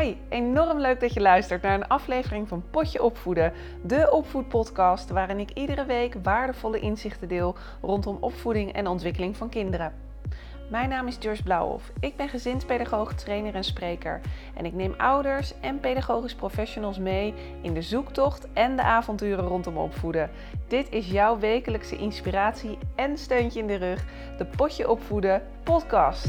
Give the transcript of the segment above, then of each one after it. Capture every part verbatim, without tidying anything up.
Hi, enorm leuk dat je luistert naar een aflevering van Potje Opvoeden, de opvoedpodcast waarin ik iedere week waardevolle inzichten deel rondom opvoeding en ontwikkeling van kinderen. Mijn naam is Joyce Blauwhof. Ik ben gezinspedagoog, trainer en spreker en ik neem ouders en pedagogisch professionals mee in de zoektocht en de avonturen rondom opvoeden. Dit is jouw wekelijkse inspiratie en steuntje in de rug, de Potje Opvoeden podcast.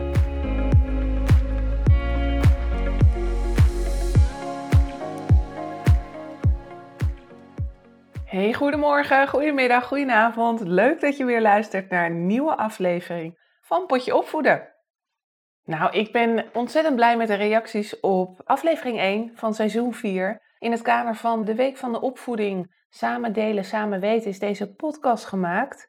Hey, goedemorgen, goedemiddag, goedenavond. Leuk dat je weer luistert naar een nieuwe aflevering van Potje Opvoeden. Nou, ik ben ontzettend blij met de reacties op aflevering één van seizoen vier. In het kader van de Week van de Opvoeding, Samen Delen, Samen Weten, is deze podcast gemaakt.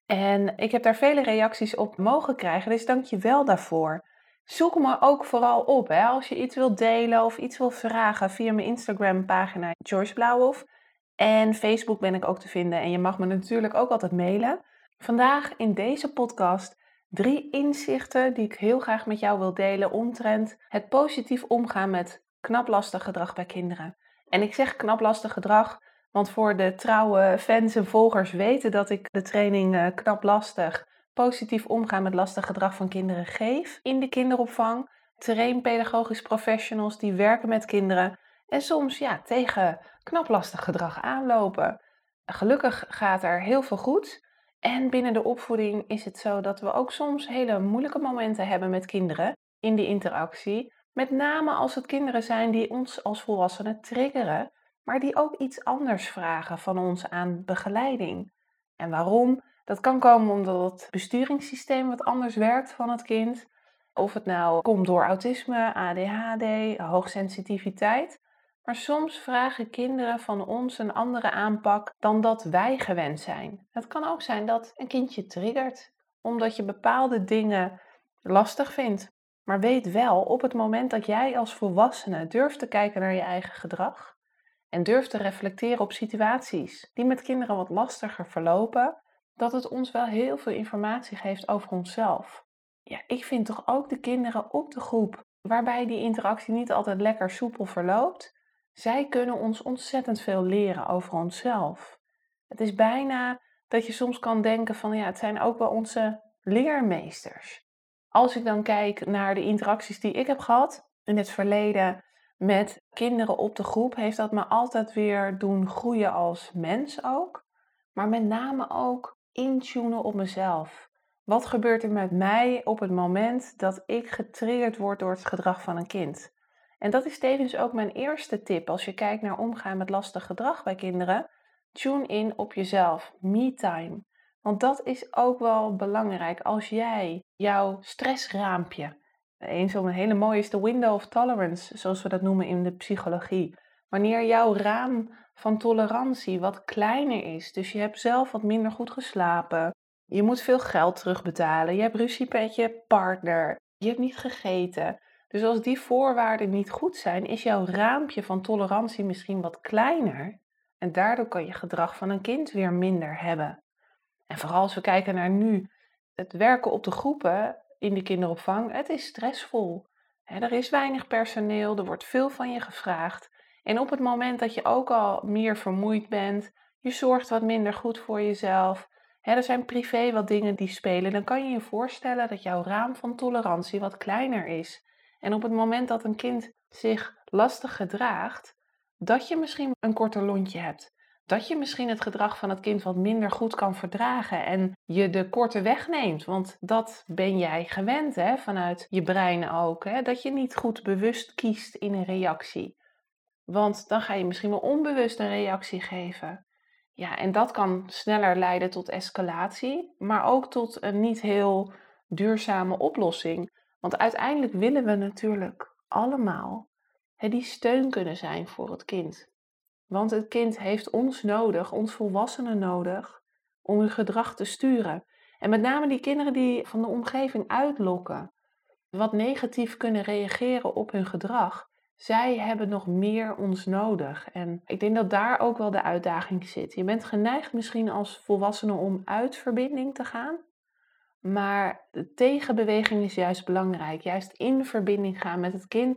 En ik heb daar vele reacties op mogen krijgen, dus dank je wel daarvoor. Zoek me ook vooral op, hè, als je iets wilt delen of iets wilt vragen via mijn Instagram pagina Joyce Blauwhof. En Facebook ben ik ook te vinden en je mag me natuurlijk ook altijd mailen. Vandaag in deze podcast drie inzichten die ik heel graag met jou wil delen omtrent het positief omgaan met knaplastig gedrag bij kinderen. En ik zeg knaplastig gedrag, want voor de trouwe fans en volgers weten dat ik de training uh, knaplastig, positief omgaan met lastig gedrag van kinderen geef in de kinderopvang. Train pedagogisch professionals die werken met kinderen en soms ja, tegen knaplastig gedrag aanlopen. Gelukkig gaat er heel veel goed. En binnen de opvoeding is het zo dat we ook soms hele moeilijke momenten hebben met kinderen in die interactie. Met name als het kinderen zijn die ons als volwassenen triggeren, maar die ook iets anders vragen van ons aan begeleiding. En waarom? Dat kan komen omdat het besturingssysteem wat anders werkt van het kind. Of het nou komt door autisme, A D H D, hoogsensitiviteit. Maar soms vragen kinderen van ons een andere aanpak dan dat wij gewend zijn. Het kan ook zijn dat een kindje triggert, omdat je bepaalde dingen lastig vindt. Maar weet wel, op het moment dat jij als volwassene durft te kijken naar je eigen gedrag en durft te reflecteren op situaties die met kinderen wat lastiger verlopen, dat het ons wel heel veel informatie geeft over onszelf. Ja, ik vind toch ook de kinderen op de groep waarbij die interactie niet altijd lekker soepel verloopt, zij kunnen ons ontzettend veel leren over onszelf. Het is bijna dat je soms kan denken van ja, het zijn ook wel onze leermeesters. Als ik dan kijk naar de interacties die ik heb gehad in het verleden met kinderen op de groep, heeft dat me altijd weer doen groeien als mens ook. Maar met name ook intunen op mezelf. Wat gebeurt er met mij op het moment dat ik getriggerd word door het gedrag van een kind? En dat is tevens ook mijn eerste tip als je kijkt naar omgaan met lastig gedrag bij kinderen. Tune in op jezelf, me-time. Want dat is ook wel belangrijk als jij jouw stressraampje, een zo'n hele mooie is de window of tolerance, zoals we dat noemen in de psychologie. Wanneer jouw raam van tolerantie wat kleiner is, dus je hebt zelf wat minder goed geslapen, je moet veel geld terugbetalen, je hebt ruzie met je partner, je hebt niet gegeten. Dus als die voorwaarden niet goed zijn, is jouw raampje van tolerantie misschien wat kleiner. En daardoor kan je gedrag van een kind weer minder hebben. En vooral als we kijken naar nu, het werken op de groepen in de kinderopvang, het is stressvol. Hè, er is weinig personeel, er wordt veel van je gevraagd. En op het moment dat je ook al meer vermoeid bent, je zorgt wat minder goed voor jezelf, hè, er zijn privé wat dingen die spelen, dan kan je je voorstellen dat jouw raam van tolerantie wat kleiner is. En op het moment dat een kind zich lastig gedraagt, dat je misschien een korter lontje hebt. Dat je misschien het gedrag van het kind wat minder goed kan verdragen en je de korte weg neemt. Want dat ben jij gewend, hè, vanuit je brein ook. Hè, dat je niet goed bewust kiest in een reactie. Want dan ga je misschien wel onbewust een reactie geven. Ja, en dat kan sneller leiden tot escalatie, maar ook tot een niet heel duurzame oplossing. Want uiteindelijk willen we natuurlijk allemaal hè, die steun kunnen zijn voor het kind. Want het kind heeft ons nodig, ons volwassenen nodig, om hun gedrag te sturen. En met name die kinderen die van de omgeving uitlokken, wat negatief kunnen reageren op hun gedrag, zij hebben nog meer ons nodig. En ik denk dat daar ook wel de uitdaging zit. Je bent geneigd misschien als volwassene om uit verbinding te gaan, maar de tegenbeweging is juist belangrijk. Juist in verbinding gaan met het kind dat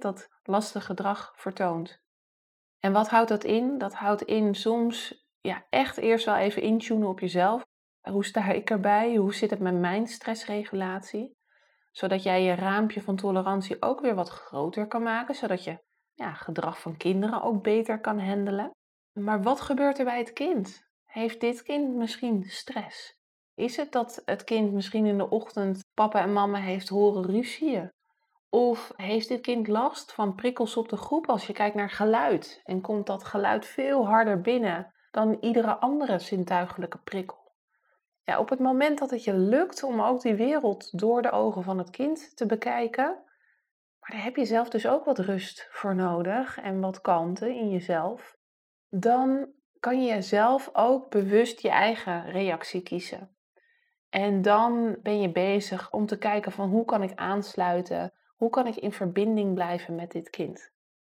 lastig gedrag vertoont. En wat houdt dat in? Dat houdt in soms ja, echt eerst wel even intunen op jezelf. Hoe sta ik erbij? Hoe zit het met mijn stressregulatie? Zodat jij je raampje van tolerantie ook weer wat groter kan maken. Zodat je ja, gedrag van kinderen ook beter kan handelen. Maar wat gebeurt er bij het kind? Heeft dit kind misschien stress? Is het dat het kind misschien in de ochtend papa en mama heeft horen ruzieën? Of heeft dit kind last van prikkels op de groep als je kijkt naar geluid? En komt dat geluid veel harder binnen dan iedere andere zintuigelijke prikkel? Ja, op het moment dat het je lukt om ook die wereld door de ogen van het kind te bekijken, maar daar heb je zelf dus ook wat rust voor nodig en wat kalmte in jezelf, dan kan je zelf ook bewust je eigen reactie kiezen. En dan ben je bezig om te kijken van hoe kan ik aansluiten, hoe kan ik in verbinding blijven met dit kind.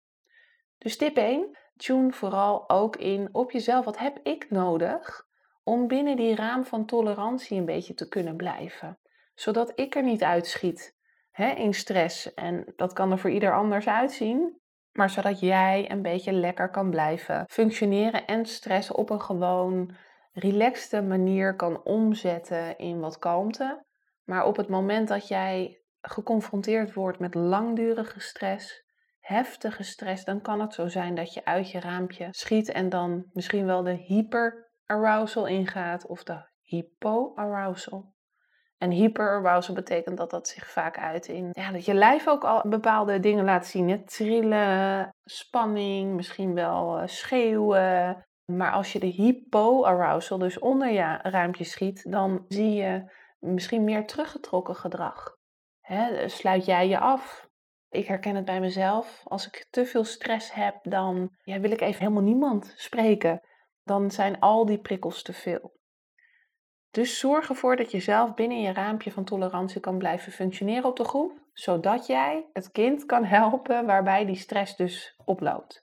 Dus tip één, tune vooral ook in op jezelf. Wat heb ik nodig om binnen die raam van tolerantie een beetje te kunnen blijven? Zodat ik er niet uitschiet hè, in stress. En dat kan er voor ieder anders uitzien. Maar zodat jij een beetje lekker kan blijven functioneren en stress op een gewoon relaxte manier kan omzetten in wat kalmte. Maar op het moment dat jij geconfronteerd wordt met langdurige stress, heftige stress, dan kan het zo zijn dat je uit je raampje schiet en dan misschien wel de hyperarousal ingaat of de hypoarousal. En hyperarousal betekent dat dat zich vaak uit in ja, dat je lijf ook al bepaalde dingen laat zien. Hè? Trillen, spanning, misschien wel uh, schreeuwen. Maar als je de hypoarousal dus onder je raampje schiet, dan zie je misschien meer teruggetrokken gedrag. Hè? Sluit jij je af? Ik herken het bij mezelf. Als ik te veel stress heb, dan ja, wil ik even helemaal niemand spreken. Dan zijn al die prikkels te veel. Dus zorg ervoor dat je zelf binnen je raampje van tolerantie kan blijven functioneren op de groep, zodat jij het kind kan helpen waarbij die stress dus oploopt.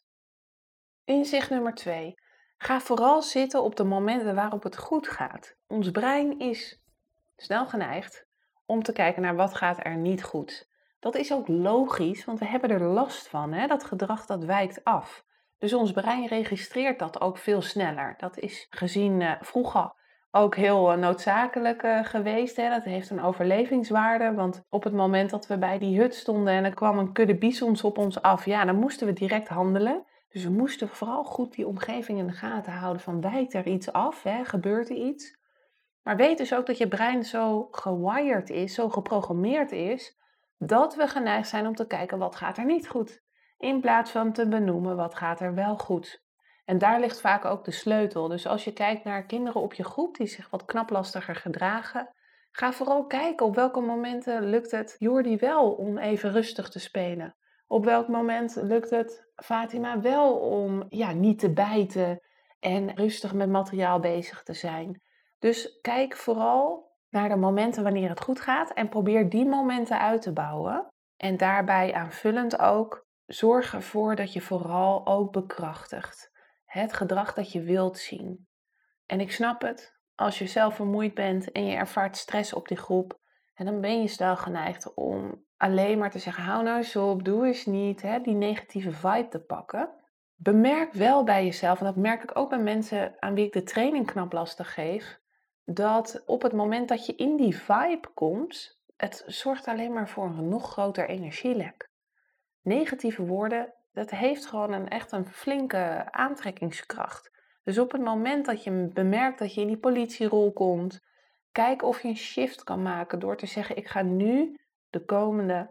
Inzicht nummer twee. Ga vooral zitten op de momenten waarop het goed gaat. Ons brein is snel geneigd om te kijken naar wat gaat er niet goed. Dat is ook logisch, want we hebben er last van. Hè? Dat gedrag dat wijkt af. Dus ons brein registreert dat ook veel sneller. Dat is gezien uh, vroeger ook heel uh, noodzakelijk uh, geweest. Hè? Dat heeft een overlevingswaarde, want op het moment dat we bij die hut stonden en er kwam een kudde bisons op ons af, ja, dan moesten we direct handelen. Dus we moesten vooral goed die omgeving in de gaten houden van wijkt er iets af, hè? Gebeurt er iets? Maar weet dus ook dat je brein zo gewired is, zo geprogrammeerd is, dat we geneigd zijn om te kijken wat gaat er niet goed. In plaats van te benoemen wat gaat er wel goed. En daar ligt vaak ook de sleutel. Dus als je kijkt naar kinderen op je groep die zich wat knaplastiger gedragen, ga vooral kijken op welke momenten lukt het Jordi wel om even rustig te spelen. Op welk moment lukt het Fatima wel om ja, niet te bijten en rustig met materiaal bezig te zijn. Dus kijk vooral naar de momenten wanneer het goed gaat en probeer die momenten uit te bouwen. En daarbij aanvullend ook, zorg ervoor dat je vooral ook bekrachtigt. Het gedrag dat je wilt zien. En ik snap het, als je zelf vermoeid bent en je ervaart stress op die groep, en dan ben je snel geneigd om alleen maar te zeggen, hou nou eens op, doe eens niet, hè, die negatieve vibe te pakken. Bemerk wel bij jezelf, en dat merk ik ook bij mensen aan wie ik de training knap lastig geef, dat op het moment dat je in die vibe komt, het zorgt alleen maar voor een nog groter energielek. Negatieve woorden, dat heeft gewoon een, echt een flinke aantrekkingskracht. Dus op het moment dat je bemerkt dat je in die politierol komt, kijk of je een shift kan maken door te zeggen, ik ga nu de komende,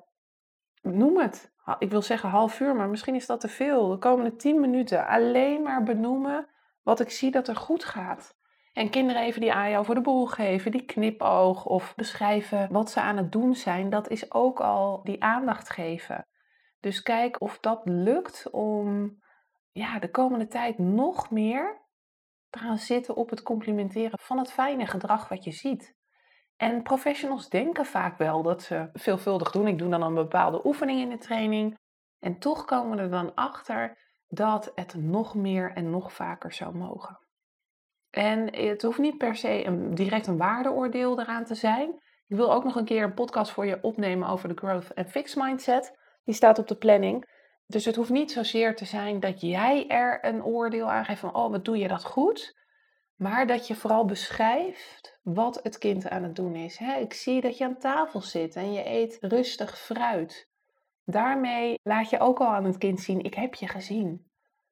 noem het, ik wil zeggen half uur, maar misschien is dat te veel. De komende tien minuten alleen maar benoemen wat ik zie dat er goed gaat. En kinderen even die aja voor de boel geven, die knipoog of beschrijven wat ze aan het doen zijn. Dat is ook al die aandacht geven. Dus kijk of dat lukt om ja, de komende tijd nog meer te gaan zitten op het complimenteren van het fijne gedrag wat je ziet. En professionals denken vaak wel dat ze veelvuldig doen. Ik doe dan een bepaalde oefening in de training. En toch komen we er dan achter dat het nog meer en nog vaker zou mogen. En het hoeft niet per se een, direct een waardeoordeel eraan te zijn. Ik wil ook nog een keer een podcast voor je opnemen over de Growth and Fix Mindset. Die staat op de planning. Dus het hoeft niet zozeer te zijn dat jij er een oordeel aan geeft van, oh, wat doe je dat goed? Maar dat je vooral beschrijft wat het kind aan het doen is. Hè? Ik zie dat je aan tafel zit en je eet rustig fruit. Daarmee laat je ook al aan het kind zien, ik heb je gezien.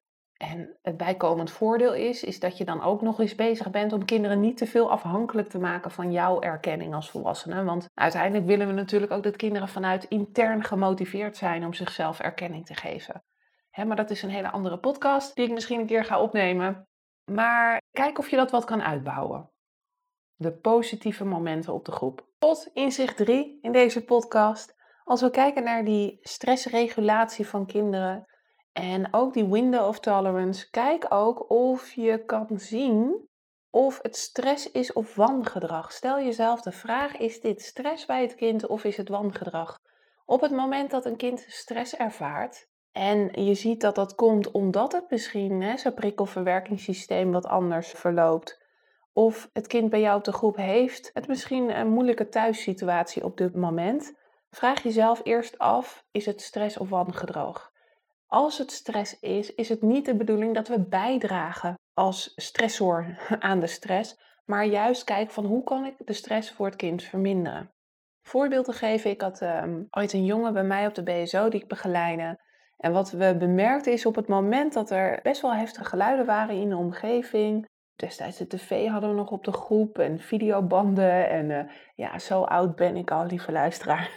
En het bijkomend voordeel is, is dat je dan ook nog eens bezig bent om kinderen niet te veel afhankelijk te maken van jouw erkenning als volwassene. Want uiteindelijk willen we natuurlijk ook dat kinderen vanuit intern gemotiveerd zijn om zichzelf erkenning te geven. Hè, maar dat is een hele andere podcast die ik misschien een keer ga opnemen. Maar kijk of je dat wat kan uitbouwen. De positieve momenten op de groep. Tot inzicht drie in deze podcast. Als we kijken naar die stressregulatie van kinderen en ook die window of tolerance, kijk ook of je kan zien of het stress is of wangedrag. Stel jezelf de vraag, is dit stress bij het kind of is het wangedrag? Op het moment dat een kind stress ervaart en je ziet dat dat komt omdat het misschien hè, zijn prikkelverwerkingssysteem wat anders verloopt, of het kind bij jou op de groep heeft het misschien een moeilijke thuissituatie op dit moment, vraag jezelf eerst af, is het stress of wangedrag? Als het stress is, is het niet de bedoeling dat we bijdragen als stressor aan de stress, maar juist kijken van hoe kan ik de stress voor het kind verminderen. Voorbeeld te geven, ik had ehm, ooit een jongen bij mij op de B S O die ik begeleide. En wat we bemerkten is op het moment dat er best wel heftige geluiden waren in de omgeving. Destijds de tv hadden we nog op de groep en videobanden. En eh, ja, zo oud ben ik al, lieve luisteraar.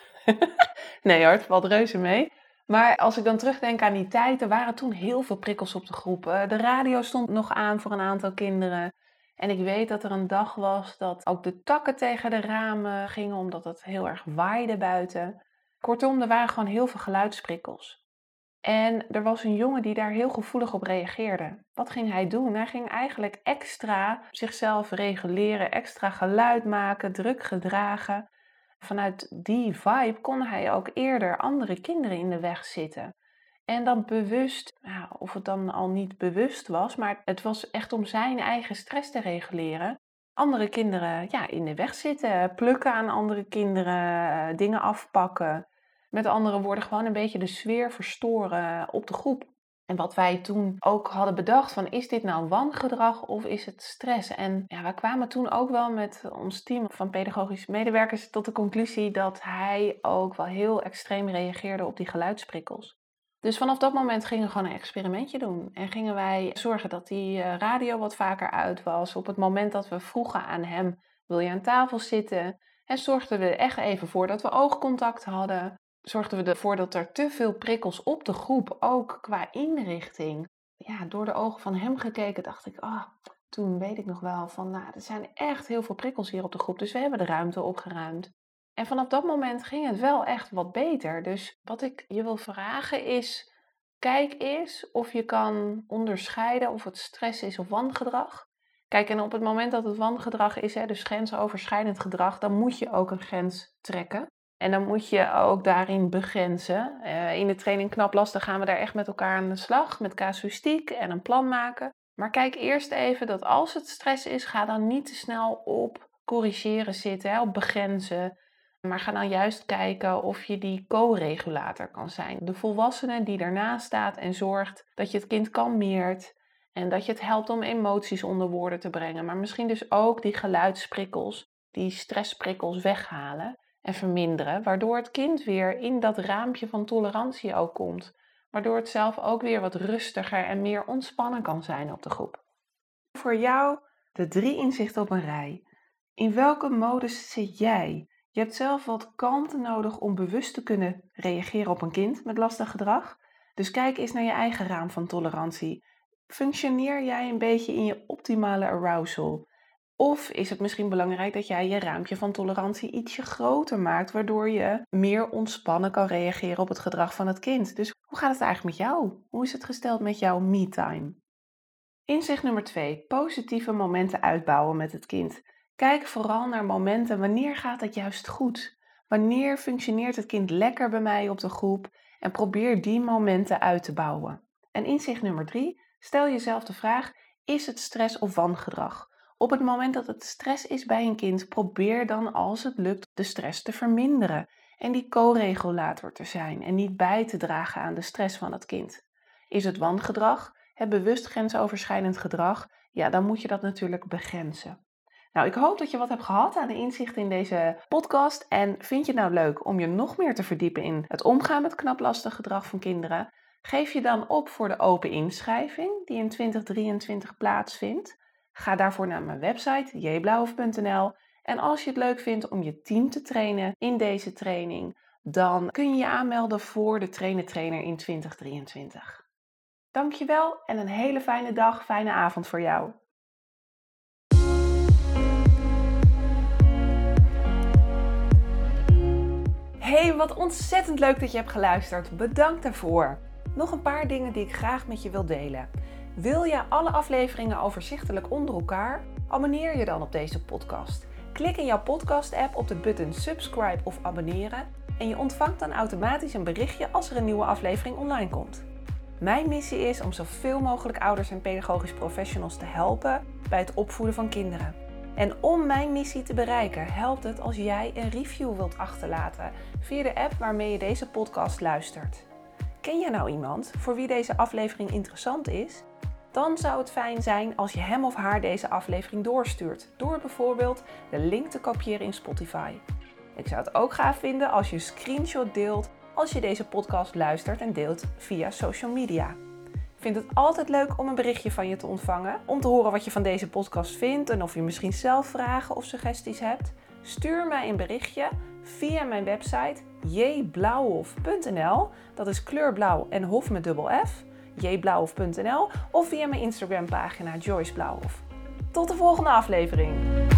Nee hoor, het valt reuze mee. Maar als ik dan terugdenk aan die tijd, er waren toen heel veel prikkels op de groep. Eh, De radio stond nog aan voor een aantal kinderen. En ik weet dat er een dag was dat ook de takken tegen de ramen gingen, omdat het heel erg waaide buiten. Kortom, er waren gewoon heel veel geluidsprikkels. En er was een jongen die daar heel gevoelig op reageerde. Wat ging hij doen? Hij ging eigenlijk extra zichzelf reguleren, extra geluid maken, druk gedragen. Vanuit die vibe kon hij ook eerder andere kinderen in de weg zitten. En dan bewust, ja, of het dan al niet bewust was, maar het was echt om zijn eigen stress te reguleren. Andere kinderen ja, in de weg zitten, plukken aan andere kinderen, eh, dingen afpakken. Met andere woorden, gewoon een beetje de sfeer verstoren op de groep. En wat wij toen ook hadden bedacht van, is dit nou wangedrag of is het stress? En ja, we kwamen toen ook wel met ons team van pedagogische medewerkers tot de conclusie dat hij ook wel heel extreem reageerde op die geluidsprikkels. Dus vanaf dat moment gingen we gewoon een experimentje doen. En gingen wij zorgen dat die eh, radio wat vaker uit was. Op het moment dat we vroegen aan hem, wil je aan tafel zitten? En zorgden we er echt even voor dat we oogcontact hadden. Zorgden we ervoor dat er te veel prikkels op de groep, ook qua inrichting. Ja, door de ogen van hem gekeken dacht ik, ah, toen weet ik nog wel van, nou, er zijn echt heel veel prikkels hier op de groep. Dus we hebben de ruimte opgeruimd. En vanaf dat moment ging het wel echt wat beter. Dus wat ik je wil vragen is, kijk eens of je kan onderscheiden of het stress is of wangedrag. Kijk, en op het moment dat het wangedrag is, hè, dus grensoverschrijdend gedrag, dan moet je ook een grens trekken. En dan moet je ook daarin begrenzen. Eh, in de training Knap Lastig gaan we daar echt met elkaar aan de slag, met casuïstiek en een plan maken. Maar kijk eerst even dat als het stress is, ga dan niet te snel op corrigeren zitten, hè, op begrenzen. Maar ga dan juist kijken of je die co-regulator kan zijn. De volwassene die ernaast staat en zorgt dat je het kind kalmeert. En dat je het helpt om emoties onder woorden te brengen. Maar misschien dus ook die geluidsprikkels, die stressprikkels weghalen en verminderen. Waardoor het kind weer in dat raampje van tolerantie ook komt. Waardoor het zelf ook weer wat rustiger en meer ontspannen kan zijn op de groep. Voor jou de drie inzichten op een rij. In welke modus zit jij? Je hebt zelf wat kalmte nodig om bewust te kunnen reageren op een kind met lastig gedrag. Dus kijk eens naar je eigen raam van tolerantie. Functioneer jij een beetje in je optimale arousal? Of is het misschien belangrijk dat jij je raampje van tolerantie ietsje groter maakt, waardoor je meer ontspannen kan reageren op het gedrag van het kind? Dus hoe gaat het eigenlijk met jou? Hoe is het gesteld met jouw me-time? Inzicht nummer twee. Positieve momenten uitbouwen met het kind. Kijk vooral naar momenten wanneer gaat het juist goed. Wanneer functioneert het kind lekker bij mij op de groep en probeer die momenten uit te bouwen. En inzicht nummer drie. Stel jezelf de vraag, is het stress of wangedrag? Op het moment dat het stress is bij een kind, probeer dan als het lukt de stress te verminderen. en die co-regulator te zijn en niet bij te dragen aan de stress van het kind. Is het wangedrag, het bewust grensoverschrijdend gedrag, ja, dan moet je dat natuurlijk begrenzen. Nou, ik hoop dat je wat hebt gehad aan de inzichten in deze podcast. En vind je het nou leuk om je nog meer te verdiepen in het omgaan met knaplastig gedrag van kinderen? Geef je dan op voor de open inschrijving die in twintig drieëntwintig plaatsvindt. Ga daarvoor naar mijn website j blauwhof punt n l. En als je het leuk vindt om je team te trainen in deze training, dan kun je je aanmelden voor de trainer-trainer in twintig drieëntwintig. Dankjewel en een hele fijne dag, fijne avond voor jou. Hey, wat ontzettend leuk dat je hebt geluisterd. Bedankt daarvoor. Nog een paar dingen die ik graag met je wil delen. Wil je alle afleveringen overzichtelijk onder elkaar? Abonneer je dan op deze podcast. Klik in jouw podcast-app op de button subscribe of abonneren en je ontvangt dan automatisch een berichtje als er een nieuwe aflevering online komt. Mijn missie is om zoveel mogelijk ouders en pedagogisch professionals te helpen bij het opvoeden van kinderen. En om mijn missie te bereiken helpt het als jij een review wilt achterlaten via de app waarmee je deze podcast luistert. Ken je nou iemand voor wie deze aflevering interessant is? Dan zou het fijn zijn als je hem of haar deze aflevering doorstuurt, door bijvoorbeeld de link te kopiëren in Spotify. Ik zou het ook gaaf vinden als je een screenshot deelt als je deze podcast luistert en deelt via social media. Ik vind het altijd leuk om een berichtje van je te ontvangen, om te horen wat je van deze podcast vindt en of je misschien zelf vragen of suggesties hebt. Stuur mij een berichtje via mijn website j blauwhof punt n l, dat is kleurblauw en hof met dubbel F, j blauwhof punt n l, of via mijn Instagram pagina Joyce Blauwhof. Tot de volgende aflevering!